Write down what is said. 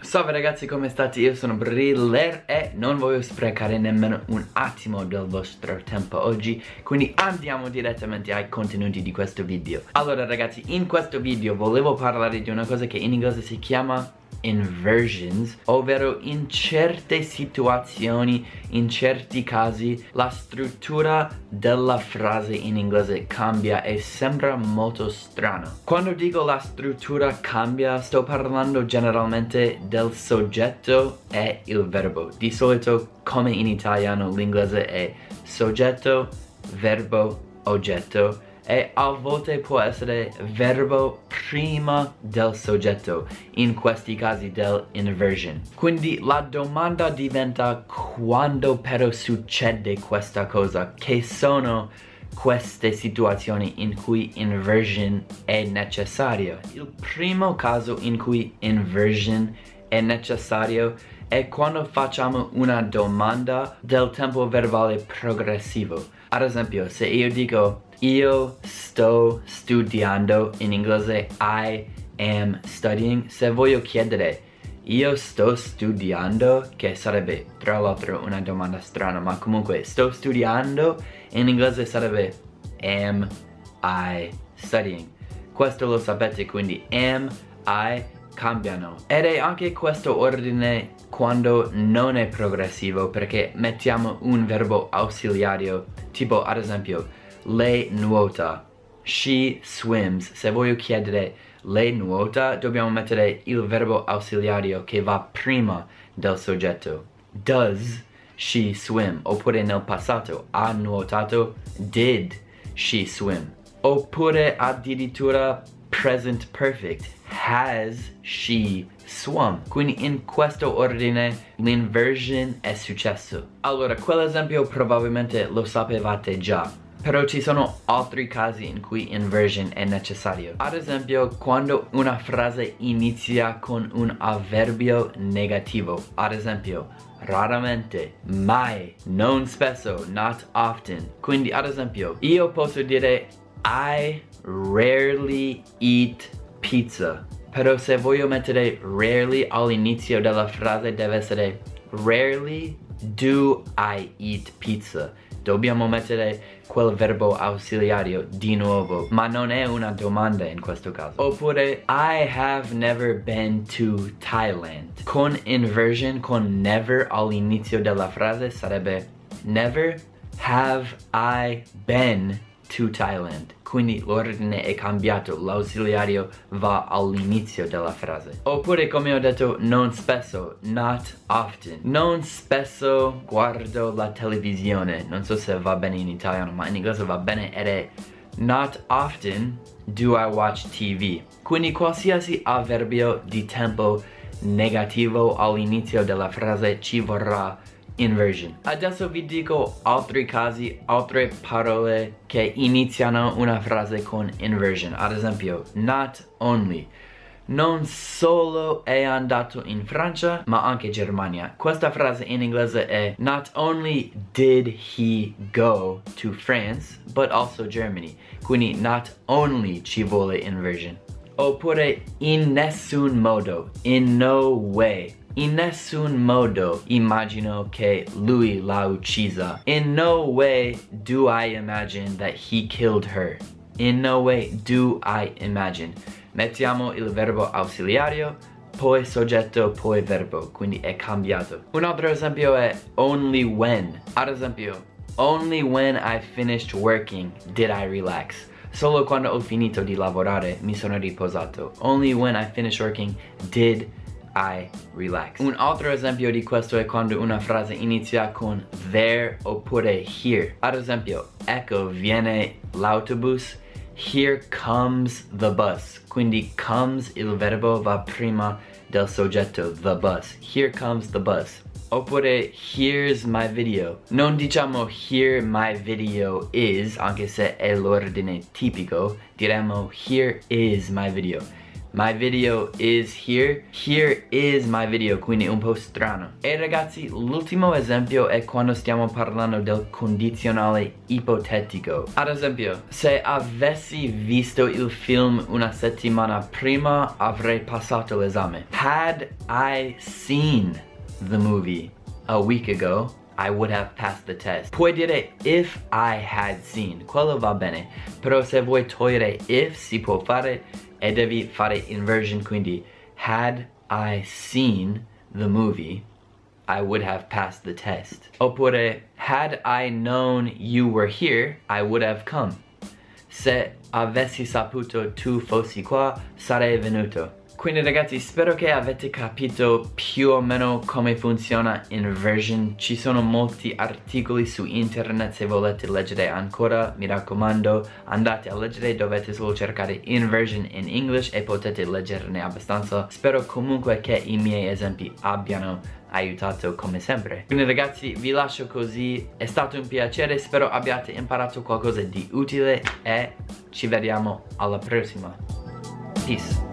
Salve ragazzi, come state? Io sono Briller e non voglio sprecare nemmeno un attimo del vostro tempo oggi, quindi andiamo direttamente ai contenuti di questo video. Allora ragazzi, in questo video volevo parlare di una cosa che in inglese si chiama inversions, ovvero in certe situazioni, in certi casi, la struttura della frase in inglese cambia e sembra molto strano. Quando dico la struttura cambia, sto parlando generalmente del soggetto e il verbo. Di solito, come in italiano, l'inglese è soggetto, verbo, oggetto. E a volte può essere verbo prima del soggetto, in questi casi dell'inversion. Quindi la domanda diventa quando però succede questa cosa, che sono queste situazioni in cui inversion è necessario. Il primo caso in cui inversion è necessario è quando facciamo una domanda del tempo verbale progressivo. Ad esempio, se io dico io sto studiando, in inglese I am studying, se voglio chiedere io sto studiando, che sarebbe tra l'altro una domanda strana, ma comunque sto studiando, in inglese sarebbe am I studying. Questo lo sapete, quindi am, I cambiano. Ed è anche questo ordine quando non è progressivo, perché mettiamo un verbo ausiliario, tipo ad esempio lei nuota, she swims. Se voglio chiedere lei nuota, dobbiamo mettere il verbo ausiliario che va prima del soggetto. Does she swim? Oppure nel passato, ha nuotato, did she swim? Oppure addirittura present perfect, has she swum? Quindi in questo ordine l'inversion è successo. Allora, quell'esempio probabilmente lo sapevate già, però ci sono altri casi in cui inversion è necessario. Ad esempio, quando una frase inizia con un avverbio negativo. Ad esempio, raramente, mai, non spesso, not often. Quindi ad esempio, io posso dire I rarely eat pizza. Però se voglio mettere rarely all'inizio della frase deve essere rarely do I eat pizza. Dobbiamo mettere quel verbo ausiliario di nuovo, ma non è una domanda in questo caso. Oppure I have never been to Thailand. Con inversion, con never all'inizio della frase sarebbe never have I been to Thailand. Quindi l'ordine è cambiato, l'ausiliario va all'inizio della frase. Oppure come ho detto, non spesso, not often. Non spesso guardo la televisione, non so se va bene in italiano, ma in inglese va bene, ed è not often do I watch TV. Quindi qualsiasi avverbio di tempo negativo all'inizio della frase ci vorrà inversion. Adesso vi dico altri casi, altre parole che iniziano una frase con inversion. Ad esempio, not only. Non solo è andato in Francia, ma anche Germania. Questa frase in inglese è not only did he go to France, but also Germany. Quindi not only ci vuole inversion. Oppure in nessun modo, in no way. In nessun modo immagino che lui l'ha uccisa. In no way do I imagine that he killed her. In no way do I imagine. Mettiamo il verbo ausiliario, poi soggetto, poi verbo, quindi è cambiato. Un altro esempio è only when. Ad esempio, only when I finished working did I relax. Solo quando ho finito di lavorare mi sono riposato. Only when I finished working did I relax. Un altro esempio di questo è quando una frase inizia con there oppure here. Ad esempio, ecco viene l'autobus, here comes the bus. Quindi comes, il verbo va prima del soggetto, the bus. Here comes the bus. Oppure here's my video. Non diciamo here my video is, anche se è l'ordine tipico, diremmo here is my video. My video is here. Here is my video, quindi un po' strano. E ragazzi, l'ultimo esempio è quando stiamo parlando del condizionale ipotetico. Ad esempio, se avessi visto il film una settimana prima, avrei passato l'esame. Had I seen the movie a week ago, I would have passed the test. Puoi dire if I had seen, quello va bene. Però se vuoi togliere if, si può fare e devi fare inversion, quindi had I seen the movie, I would have passed the test. Oppure had I known you were here, I would have come. Se avessi saputo tu fossi qua, sarei venuto. Quindi ragazzi, spero che avete capito più o meno come funziona inversion. Ci sono molti articoli su internet, se volete leggere ancora, mi raccomando, andate a leggere, dovete solo cercare inversion in English e potete leggerne abbastanza. Spero comunque che i miei esempi abbiano aiutato come sempre. Quindi ragazzi, vi lascio così, è stato un piacere, spero abbiate imparato qualcosa di utile e ci vediamo alla prossima. Peace.